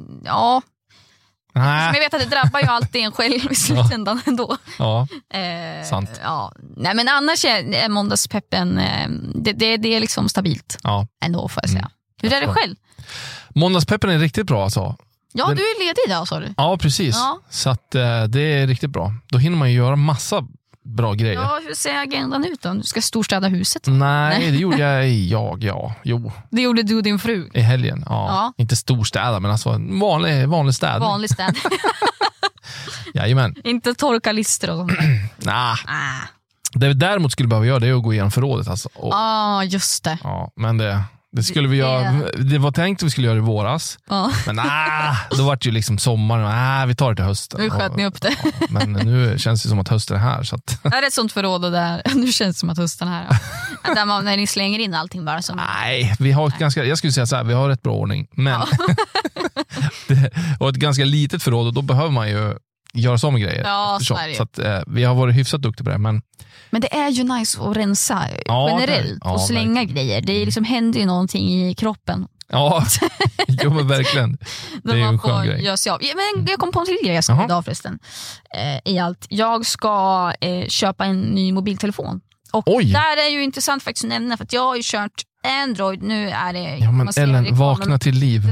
jag vet att det drabbar ju alltid en själv i slutändan ändå. Sant. Nej, men annars är måndagspeppen det är liksom stabilt ändå, får jag säga. Hur är det själv? Måndagspeppen är riktigt bra alltså. Du är ledig idag, sa du. Ja, precis. Så att det är riktigt bra. Då hinner man ju göra massa bra grejer. Hur ser agendan ut då? Du ska storstäda huset? Nej, det gjorde jo. Det gjorde du och din fru? I helgen, Inte storstäda, men alltså en vanlig städ. Vanlig städ. Jajamän. Inte torka lister och sånt. Det vi däremot skulle behöva göra, det är att gå igenom förrådet alltså. Just det. Men det skulle vi göra. Det var tänkt att vi skulle göra det i våras. Men då var det ju liksom sommaren. Vi tar det till hösten. Nu sköt ni upp det. Men nu känns det som att hösten är här. Så att är det ett sånt förråd där? Nu känns det som att hösten är här. Där när ni slänger in allting bara. Nej, vi har jag skulle säga så här, vi har rätt bra ordning. Men och ett ganska litet förråd, och då behöver man ju göra så med grejer. Så att vi har varit hyfsat duktiga på det. Men det är ju nice att rensa generellt och slänga grejer. Det är liksom, händer ju någonting i kroppen. Jo men verkligen. Det är ju en skön grej. Men jag kom på en till grej jag ska idag förresten. I allt. Jag ska köpa en ny mobiltelefon. Och där är ju intressant faktiskt att nämna, för att jag har ju kört Android. Nu är det... men Ellen, vakna till liv.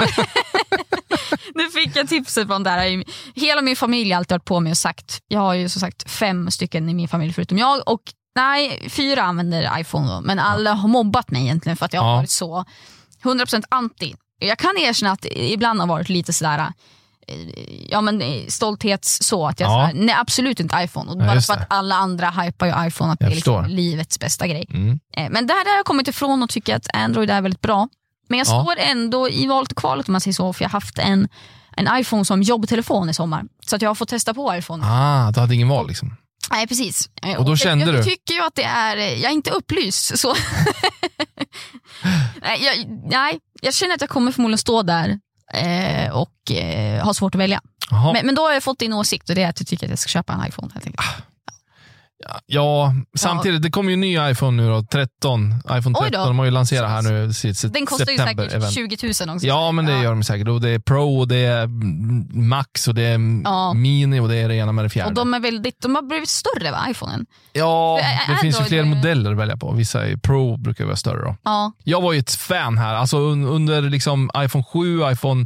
Nu fick jag tipset från där. Hela min familj har alltid varit på mig och sagt, jag har ju så sagt 5 stycken i min familj förutom jag, och 4 använder iPhone då, men alla har mobbat mig egentligen för att jag har varit så 100% anti. Jag kan erkänna att ibland har varit lite sådär stolthets så att jag såhär, nej absolut inte iPhone, och bara för att alla andra hypar ju iPhone, att det är liksom livets bästa grej. Men där har jag kommit ifrån och tycker att Android är väldigt bra. Men jag står ändå i valet och kvalet, om man säger så, för jag har haft en en iPhone som jobbtelefon i sommar. Så att jag har fått testa på iPhone. Du hade ingen val liksom? Nej, precis. Och då kände jag du? tycker ju att det är, jag är inte upplyst så. Jag känner att jag kommer förmodligen stå där och ha svårt att välja. Men då har jag fått din åsikt, och det är att du tycker att jag ska köpa en iPhone helt enkelt. Ja, samtidigt, det kommer ju en ny iPhone nu då, iPhone 13, de har ju lanserat här nu den kostar ju säkert 20 000 också. Ja, men det gör de säkert, och det är Pro och det är Max och det är Mini och det är det ena med det fjärde. Och de har blivit större, va, iPhonen? Ja, det finns ju fler modeller att välja på. Vissa är Pro brukar vara större då. Ja. Jag var ju ett fan här, alltså under liksom iPhone 7, iPhone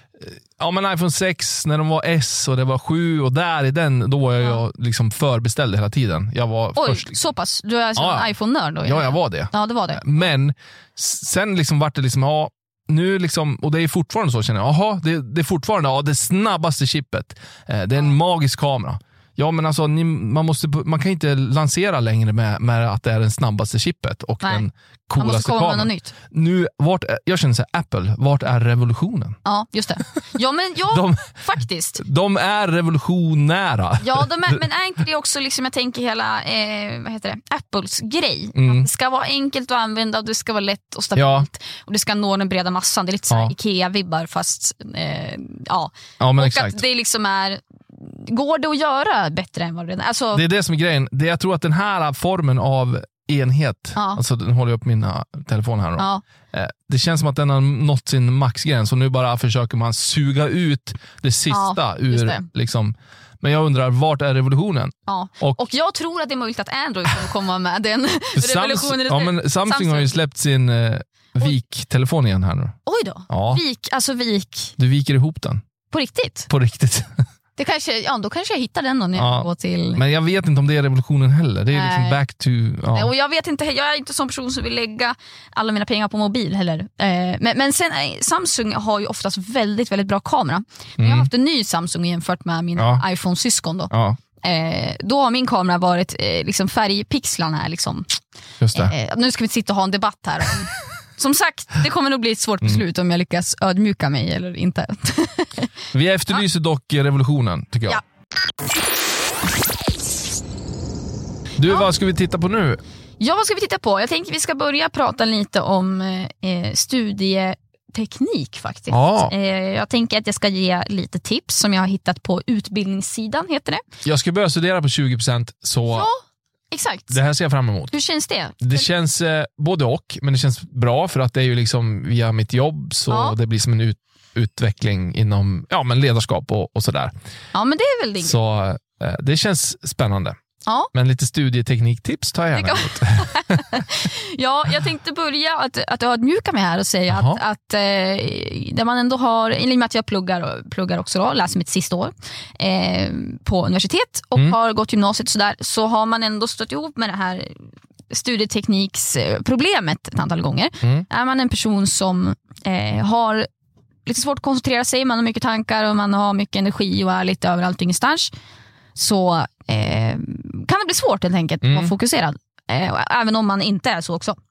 6 när de var S och det var 7 och där i den, då var jag liksom förbeställd hela tiden. Jag var först liksom. Så pass, du är en iPhone-nörd då? Ja, jag var det. Ja, det var det. Men sen liksom vart det liksom, nu liksom, och det är fortfarande så, känner jag. Det är fortfarande det snabbaste chippet. Det är en magisk kamera. Ja, men alltså man kan inte lansera längre med att det är den snabbaste chippet och den coolaste kameran. Nu, jag känner så här, Apple, vart är revolutionen? Ja, just det. Ja, men faktiskt. De är revolutionära. Ja, men är inte det också liksom, jag tänker hela Apples grej. Att det ska vara enkelt att använda och det ska vara lätt och stabilt och det ska nå den breda massan. Det är lite så här Ikea-vibbar fast men och exakt. Att det liksom är, går det att göra bättre än vad det är? Alltså, det är det som är grejen. Jag tror att den här formen av enhet, alltså den håller upp mina telefon här då. Det känns som att den har nått sin maxgräns och nu bara försöker man suga ut det sista ur liksom. Men jag undrar, vart är revolutionen? Ja. Och jag tror att det är möjligt att Android kommer komma med den revolutionen. Men Samsung har ju släppt sin vik-telefon igen här nu. Oj då. Ja. Vik. Du viker ihop den. På riktigt? På riktigt. Det kanske, då kanske jag hittar den när jag går till... Men jag vet inte om det är revolutionen heller. Det är liksom back to... Ja. Och jag vet inte, jag är inte sån person som vill lägga alla mina pengar på mobil heller. Men sen, Samsung har ju oftast väldigt, väldigt bra kamera. Men jag har haft en ny Samsung jämfört med min iPhone-syskon då. Ja. Då har min kamera varit liksom färgpixlarna här liksom. Just det. Nu ska vi sitta och ha en debatt här om... Som sagt, det kommer nog bli ett svårt beslut om jag lyckas ödmjuka mig eller inte. Vi efterlyser dock revolutionen, tycker jag. Ja. Du, vad ska vi titta på nu? Ja, vad ska vi titta på? Jag tänkte vi ska börja prata lite om studieteknik faktiskt. Jag tänker att jag ska ge lite tips som jag har hittat på utbildningssidan, heter det. Jag ska börja studera på 20%, så... Ja. Exakt. Det här ser jag fram emot. Hur känns det? Det känns både och, men det känns bra för att det är ju liksom via mitt jobb, så det blir som en utveckling inom ledarskap och sådär. Ja, men det är väl det. Så det känns spännande. Ja. Men lite studietekniktips tar jag gärna emot. Ja, jag tänkte börja att ödmjuka mig här och säga att där man ändå har, i och med att jag pluggar också då, läser mitt sista år på universitet och har gått gymnasiet sådär, så har man ändå stått ihop med det här studietekniksproblemet ett antal gånger. Är man en person som har lite svårt att koncentrera sig, man har mycket tankar och man har mycket energi och är lite överallt och ingenstans, så kan det bli svårt helt enkelt att vara fokuserad. Även om man inte är så också.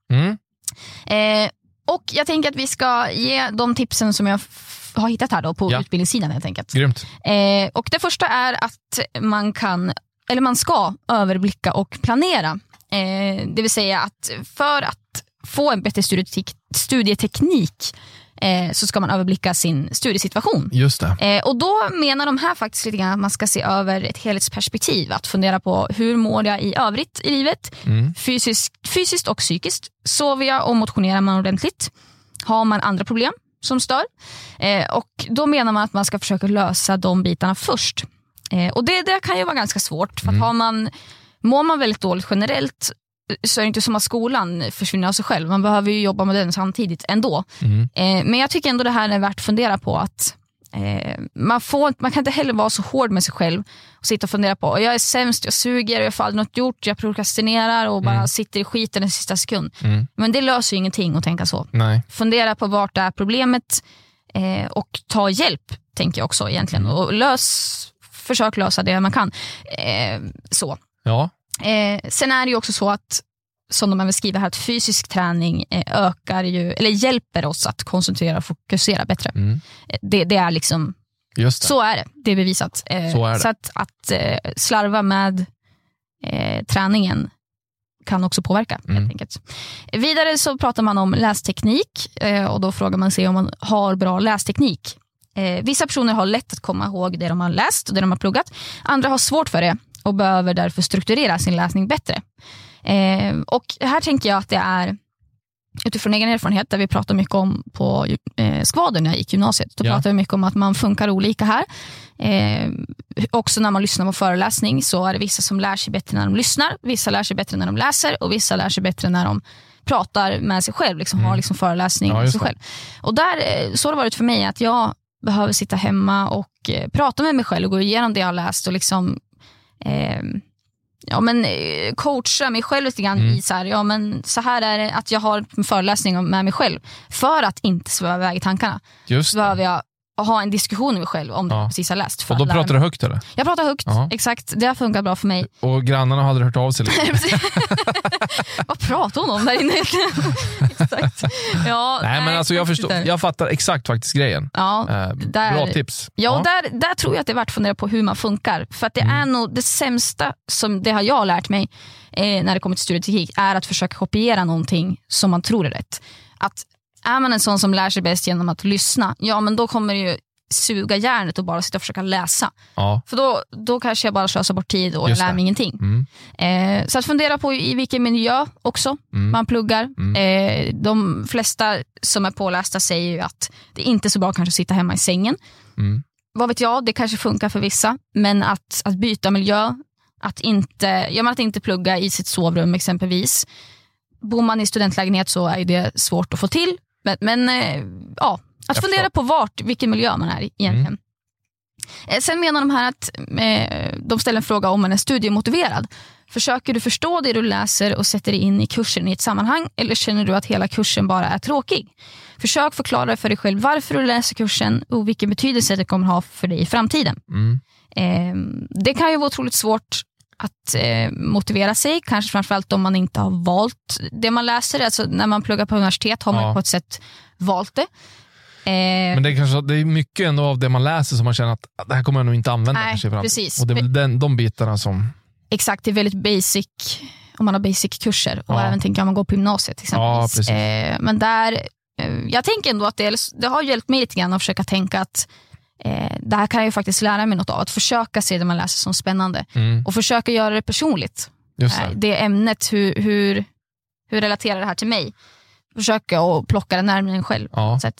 Och jag tänker att vi ska ge de tipsen som jag har hittat här då på utbildningssidan helt enkelt. Grymt. Och det första är att man ska överblicka och planera. Det vill säga att för att få en bättre studieteknik så ska man överblicka sin studiesituation. Just det. Och då menar de här faktiskt lite grann att man ska se över ett helhetsperspektiv. Att fundera på hur mår jag i övrigt i livet. Fysiskt och psykiskt. Sover jag och motionerar man ordentligt? Har man andra problem som stör? Och då menar man att man ska försöka lösa de bitarna först. Och det kan ju vara ganska svårt. För att mår man väldigt dåligt generellt, så är det inte som att skolan försvinner av sig själv. Man behöver ju jobba med den samtidigt ändå. Men jag tycker ändå det här är värt att fundera på att man kan inte heller vara så hård med sig själv och sitta och fundera på, jag är sämst, jag suger, jag får aldrig något gjort, jag prokrastinerar och bara sitter i skiten i sista sekund. Men det löser ju ingenting att tänka så. Nej. Fundera på vart är problemet och ta hjälp, tänker jag också egentligen. Och försök lösa det man kan. Så. Ja. Sen är det ju också så att, som de även skriver här, att fysisk träning hjälper oss att koncentrera och fokusera bättre. Det är liksom, just det. Så är det är bevisat. Så är det. Så att slarva med träningen kan också påverka helt enkelt. Vidare så pratar man om lästeknik och då frågar man sig om man har bra lästeknik. Vissa personer har lätt att komma ihåg det de har läst och det de har pluggat. Andra har svårt för det och behöver därför strukturera sin läsning bättre. Och här tänker jag att det är utifrån egen erfarenhet, där vi pratar mycket om på skvaden när jag gick gymnasiet. Då pratar vi mycket om att man funkar olika här. Också när man lyssnar på föreläsning så är det vissa som lär sig bättre när de lyssnar, vissa lär sig bättre när de läser och vissa lär sig bättre när de pratar med sig själv, liksom har liksom föreläsning med sig själv. Och där, så har det varit för mig att jag behöver sitta hemma och prata med mig själv och gå igenom det jag har läst och liksom coacha mig själv lite grann i så här, så här är det att jag har en föreläsning med mig själv för att inte sväva iväg i tankarna. Så behöver jag ha en diskussion med mig själv om det jag precis har läst. Och då pratar du högt eller? Jag pratar högt, exakt. Det har funkat bra för mig. Och grannarna hade hört av sig lite. Vad pratar hon om där inne? Exakt. Men alltså jag fattar exakt faktiskt grejen. Bra tips. Och där tror jag att det är värt att fundera på hur man funkar. För att det är nog det sämsta som det har jag lärt mig när det kommer till studieteknik är att försöka kopiera någonting som man tror är rätt. Att är man en sån som lär sig bäst genom att lyssna, men då kommer det ju suga hjärnet och bara sitta och försöka läsa. För då kanske jag bara slösar bort tid och lär mig ingenting. Så att fundera på i vilken miljö också man pluggar. De flesta som är pålästa säger ju att det inte är så bra kanske att sitta hemma i sängen. Vad vet jag, det kanske funkar för vissa. Men att byta miljö, att inte plugga i sitt sovrum exempelvis. Bor man i studentlägenhet så är det svårt att få till. Men att fundera på vilken miljö man är i egentligen. Sen menar de här att de ställer en fråga om man är studiemotiverad. Försöker du förstå det du läser och sätter dig in i kursen i ett sammanhang, eller känner du att hela kursen bara är tråkig? Försök förklara för dig själv varför du läser kursen och vilken betydelse det kommer ha för dig i framtiden. Det kan ju vara otroligt svårt att motivera sig, kanske framförallt om man inte har valt det man läser. Alltså när man pluggar på universitet har man på ett sätt valt det. Men det är mycket ändå av det man läser som man känner att det här kommer jag nog inte använda. Precis. Och det är väl de bitarna som... Exakt, det är väldigt basic om man har basic-kurser och även tänker om man går på gymnasiet exempelvis. Men där, jag tänker ändå att det har hjälpt mig lite grann att försöka tänka att det här kan jag ju faktiskt lära mig något av. Att försöka se det man läser som spännande. Och försöka göra det personligt. Det ämnet, hur relaterar det här till mig? Försöka och plocka det närmare en själv.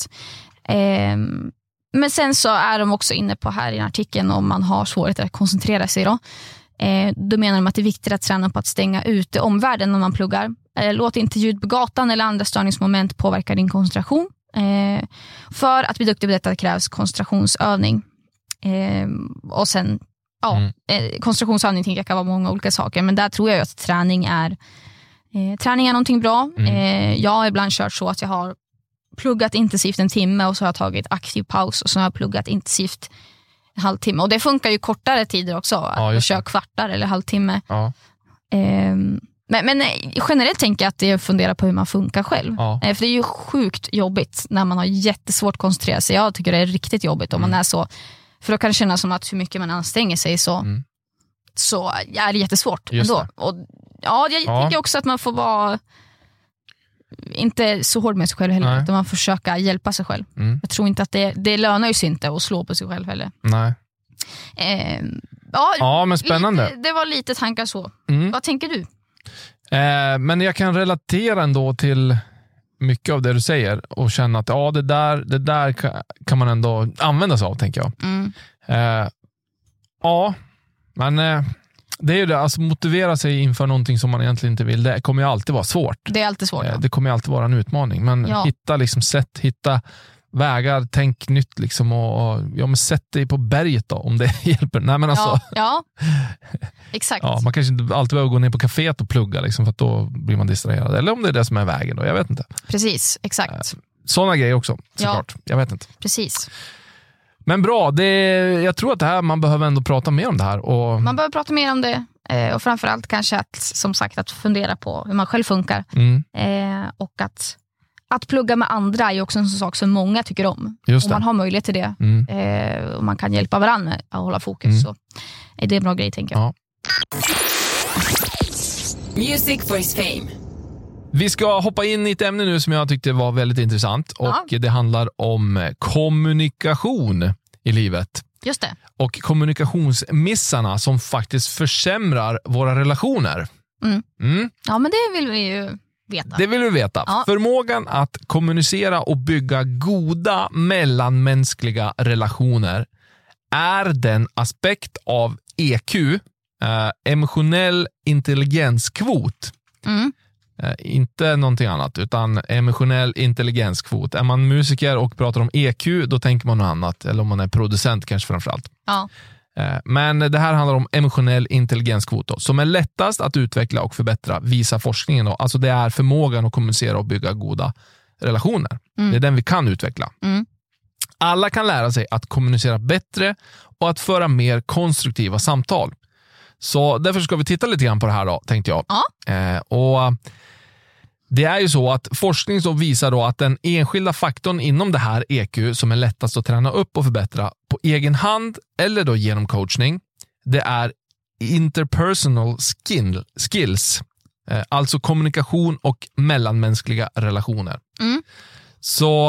Men sen så är de också inne på här i artikeln om man har svårigheter att koncentrera sig då. Då menar de att det är viktigt att träna på att stänga ute omvärlden när man pluggar. Låt inte ljud på gatan eller andra störningsmoment påverka din koncentration. För att bli duktig på detta krävs koncentrationsövning. Och sen koncentrationsövning tänker jag kan vara många olika saker, men där tror jag att träning är någonting bra. Jag har ibland kört så att jag har pluggat intensivt en timme och så har jag tagit aktiv paus och så har jag pluggat intensivt en halvtimme. Och det funkar ju kortare tider också, att köra kvartar eller halvtimme. Men generellt tänker jag att det är att fundera på hur man funkar själv. För det är ju sjukt jobbigt när man har jättesvårt att koncentrera sig. Jag tycker det är riktigt jobbigt om man är så. För då kan det kännas som att hur mycket man anstränger sig så är det jättesvårt ändå. Och jag tycker också att man får vara inte så hård med sig själv heller, utan man får försöka hjälpa sig själv. Jag tror inte att det lönar ju sig inte att slå på sig själv heller. Men spännande. Det var lite tankar så. Vad tänker du? Men jag kan relatera ändå till mycket av det du säger och känna att det där kan man ändå använda sig av, tänker jag. Men det är ju det, alltså motivera sig inför någonting som man egentligen inte vill. Det kommer ju alltid vara svårt. Det är alltid svårt. Det kommer ju alltid vara en utmaning, men hitta liksom sätt, hitta vägar, tänk nytt liksom men sätt dig på berget då om det hjälper. Nej, men alltså, exakt. Man kanske inte alltid behöver gå ner på kaféet och plugga liksom, för att då blir man distraherad. Eller om det är det som är vägen då, jag vet inte. Precis, exakt. Sådana grejer också, såklart. Jag vet inte. Precis. Men bra, jag tror att det här, man behöver ändå prata mer om det här. Man behöver prata mer om det och framförallt kanske att fundera på hur man själv funkar. Och att plugga med andra är ju också en sån sak som många tycker om. Om man har möjlighet till det och man kan hjälpa varandra att hålla fokus, så är det en bra grej, tänker jag. Music for his fame. Vi ska hoppa in i ett ämne nu som jag tyckte var väldigt intressant. Och det handlar om kommunikation i livet. Just det. Och kommunikationsmissarna som faktiskt försämrar våra relationer. Ja, men det vill vi ju veta. Det vill vi veta. Ja. Förmågan att kommunicera och bygga goda mellanmänskliga relationer är den aspekt av EQ, emotionell intelligenskvot. Inte någonting annat, utan emotionell intelligenskvot. Är man musiker och pratar om EQ, då tänker man något annat. Eller om man är producent kanske framförallt. Ja. Men det här handlar om emotionell intelligenskvot då, som är lättast att utveckla och förbättra, visar forskningen då. Alltså det är förmågan att kommunicera och bygga goda relationer. Det är den vi kan utveckla. Alla kan lära sig att kommunicera bättre och att föra mer konstruktiva samtal. Så därför ska vi titta lite grann på det här då, tänkte jag. Och det är ju så att forskning så visar då att den enskilda faktorn inom det här EQ som är lättast att träna upp och förbättra på egen hand eller då genom coachning, det är interpersonal skills. Alltså kommunikation och mellanmänskliga relationer. Så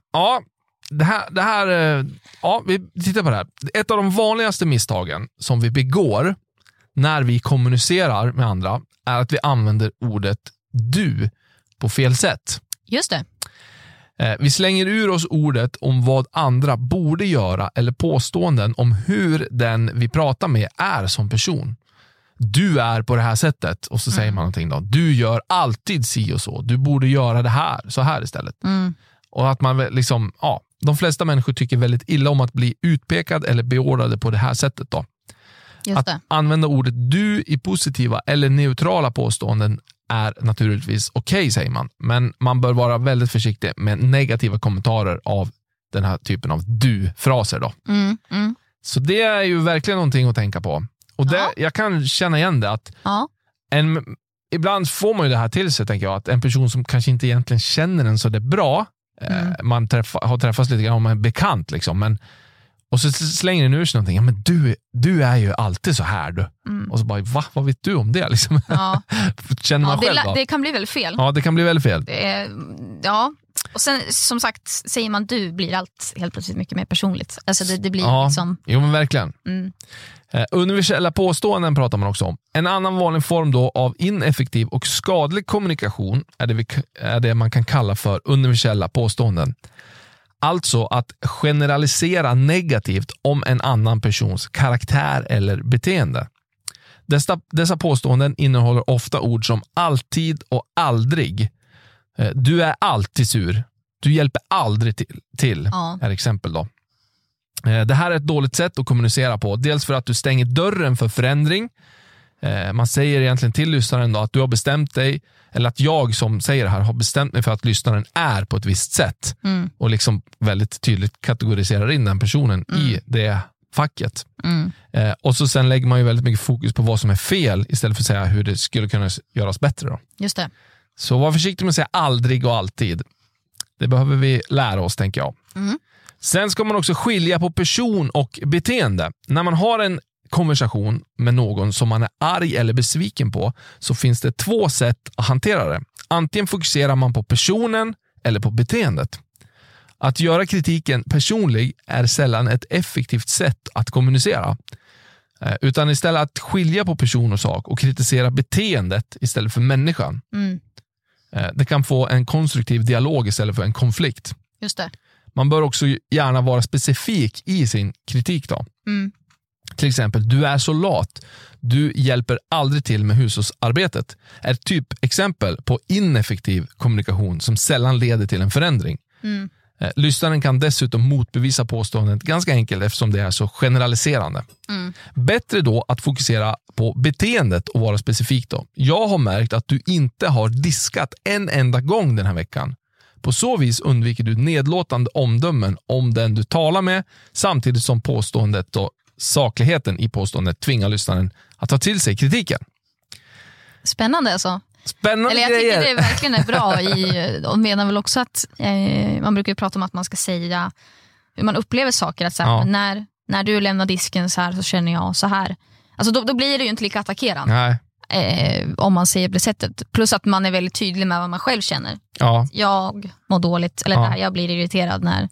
vi tittar på det här. Ett av de vanligaste misstagen som vi begår när vi kommunicerar med andra är att vi använder ordet du på fel sätt. Just det. Vi slänger ur oss ordet om vad andra borde göra eller påståenden om hur den vi pratar med är som person. Du är på det här sättet och så säger man någonting då. Du gör alltid si och så. Du borde göra det här, så här istället. Och att man liksom, de flesta människor tycker väldigt illa om att bli utpekad eller beordrade på det här sättet då. Just det. Att använda ordet du i positiva eller neutrala påståenden är naturligtvis okej, säger man. Men man bör vara väldigt försiktig med negativa kommentarer av den här typen av du-fraser då. Så det är ju verkligen någonting att tänka på. Och jag kan känna igen det att ibland får man ju det här till sig, tänker jag, att en person som kanske inte egentligen känner en så det är bra, man har träffats lite grann om man är bekant liksom, men och så slänger den ur sig någonting. Ja, men du är ju alltid så här du. Och så bara, vad vet du om det? Liksom? Ja. Känner man själv då? Det kan bli väldigt fel. Ja, det kan bli väldigt fel. Och sen som sagt, säger man du blir allt helt plötsligt mycket mer personligt. Alltså det blir liksom... Jo, men verkligen. Universella påståenden pratar man också om. En annan vanlig form då av ineffektiv och skadlig kommunikation är det man kan kalla för universella påståenden. Alltså att generalisera negativt om en annan persons karaktär eller beteende. Dessa påståenden innehåller ofta ord som alltid och aldrig. Du är alltid sur. Du hjälper aldrig till. Är exempel då. Det här är ett dåligt sätt att kommunicera på. Dels för att du stänger dörren för förändring. Man säger egentligen till lyssnaren då att du har bestämt dig, eller att jag som säger det här har bestämt mig för att lyssnaren är på ett visst sätt. Och liksom väldigt tydligt kategoriserar in den personen i det facket. Och så sen lägger man ju väldigt mycket fokus på vad som är fel istället för att säga hur det skulle kunna göras bättre då. Just det. Så var försiktig med att säga aldrig och alltid. Det behöver vi lära oss, tänker jag. Sen ska man också skilja på person och beteende. När man har en konversation med någon som man är arg eller besviken på, så finns det två sätt att hantera det. Antingen fokuserar man på personen eller på beteendet. Att göra kritiken personlig är sällan ett effektivt sätt att kommunicera. Utan istället att skilja på person och sak och kritisera beteendet istället för människan. Det kan få en konstruktiv dialog istället för en konflikt. Just det. Man bör också gärna vara specifik i sin kritik då. Till exempel, du är så lat. Du hjälper aldrig till med hushållsarbetet. Är ett typexempel på ineffektiv kommunikation som sällan leder till en förändring. Lyssnaren kan dessutom motbevisa påståendet ganska enkelt eftersom det är så generaliserande. Bättre då att fokusera på beteendet och vara specifik då. Jag har märkt att du inte har diskat en enda gång den här veckan. På så vis undviker du nedlåtande omdömen om den du talar med, samtidigt som påståendet och sakligheten i påståendet tvingar lyssnaren att ta till sig kritiken. Spännande alltså. Spännande Eller jag grejer. tycker det verkligen är bra och menar väl också att man brukar prata om att man ska säga hur man upplever saker, att så här, när du lämnar disken så här så känner jag så här. Alltså då blir det ju inte lika attackerande. Nej. om man säger på det sättet. Plus att man är väldigt tydlig med vad man själv känner. Ja. Jag mår dåligt, eller där, jag blir irriterad när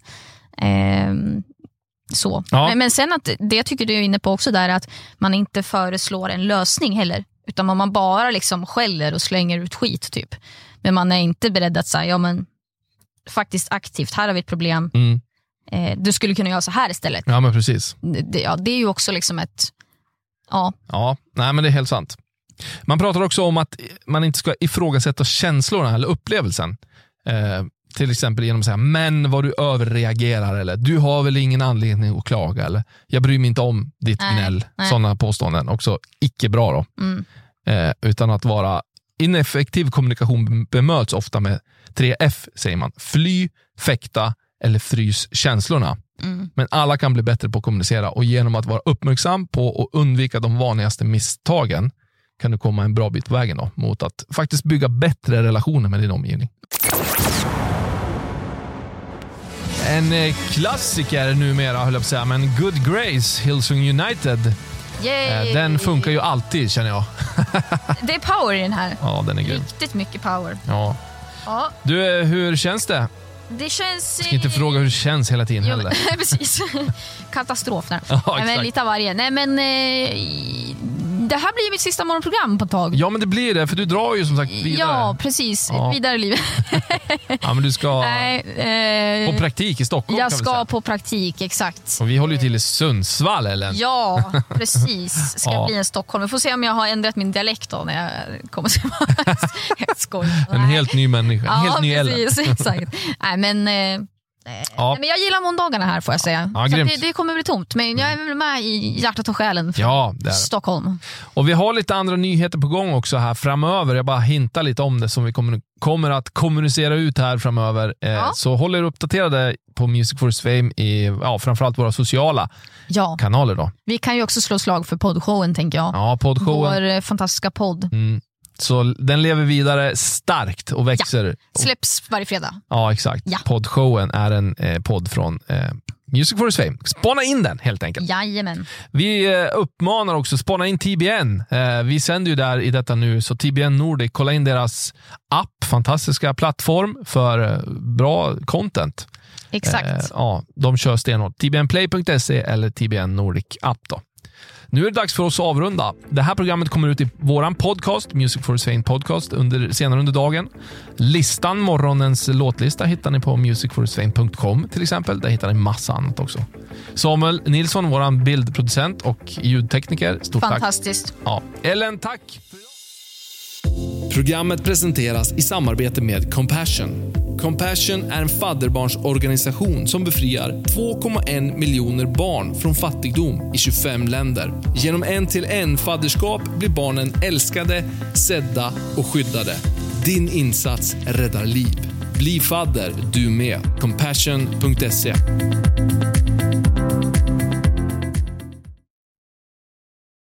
så. Ja. Men sen att det tycker du är inne på också där, att man inte föreslår en lösning heller, utan man bara liksom skäller och slänger ut skit typ. Men man är inte beredd att säga, ja men faktiskt aktivt, här har vi ett problem. Du skulle kunna göra så här istället. Ja, men precis. Det är ju också liksom ett nej, men det är helt sant. Man pratar också om att man inte ska ifrågasätta känslorna eller upplevelsen. Till exempel genom att säga, men vad du överreagerar, eller du har väl ingen anledning att klaga, eller jag bryr mig inte om ditt gnäll. Sådana påståenden också icke bra då. Utan att vara ineffektiv kommunikation bemöts ofta med 3F, säger man. Fly, fäkta eller frys känslorna. Men alla kan bli bättre på att kommunicera, och genom att vara uppmärksam på och undvika de vanligaste misstagen kan du komma en bra bit på vägen då, mot att faktiskt bygga bättre relationer med din omgivning. En klassiker numera, höll jag på att säga, men Good Grace, Hillsong United. Yay. Den funkar ju alltid, känner jag. Det är power i den här. Ja, den är grym. Riktigt mycket power. Ja. Du, hur känns det? Det känns... Jag ska inte fråga hur det känns hela tiden heller. Precis. Katastrof där. Ja, men lite av varje. Nej, men det här blir mitt sista morgonprogram på ett tag. Ja, men det blir det, för du drar ju som sagt vidare. Ja, precis. Vidare i livet. Ja, men du ska på praktik i Stockholm. Jag ska på praktik, exakt. Och vi håller ju till i Sundsvall, eller? Ja, precis. Ska bli en Stockholm. Vi får se om jag har ändrat min dialekt då när jag kommer till jag skojar. En helt ny människa. En helt ny precis, exakt. Nej, men men jag gillar måndagarna här, får jag säga. Ja, så det kommer bli tomt, men jag är väl med i hjärtat och själen från Stockholm. Och vi har lite andra nyheter på gång också här framöver. Jag bara hintar lite om det som vi kommer att kommunicera ut här framöver. Så håll er uppdaterade på Music for Fame i framförallt våra sociala kanaler då. Vi kan ju också slå slag för poddshowen, tänker jag. Ja, poddshowen. Vår fantastiska podd. Så den lever vidare starkt och växer. Släpps varje fredag. Ja, exakt. Poddshowen är en podd från Music for Fame. Spana in den helt enkelt. Jajamän. Vi uppmanar också, spana in TBN. Vi sänder ju där i detta nu, så TBN Nordic, kolla in deras app, fantastiska plattform för bra content. Exakt. De kör stenhårt. tbnplay.se eller TBN Nordic app då. Nu är det dags för oss att avrunda. Det här programmet kommer ut i våran podcast, Music for Fame podcast, senare under dagen. Listan, morgonens låtlista, hittar ni på musicforfame.com till exempel. Där hittar ni massa annat också. Samuel Nilsson, våran bildproducent och ljudtekniker. Stort tack. Fantastiskt. Ja. Ellen, tack. Programmet presenteras i samarbete med Compassion. Compassion är en fadderbarnsorganisation som befriar 2,1 miljoner barn från fattigdom i 25 länder. Genom 1-till-1 fadderskap blir barnen älskade, sedda och skyddade. Din insats räddar liv. Bli fadder du med. Compassion.se.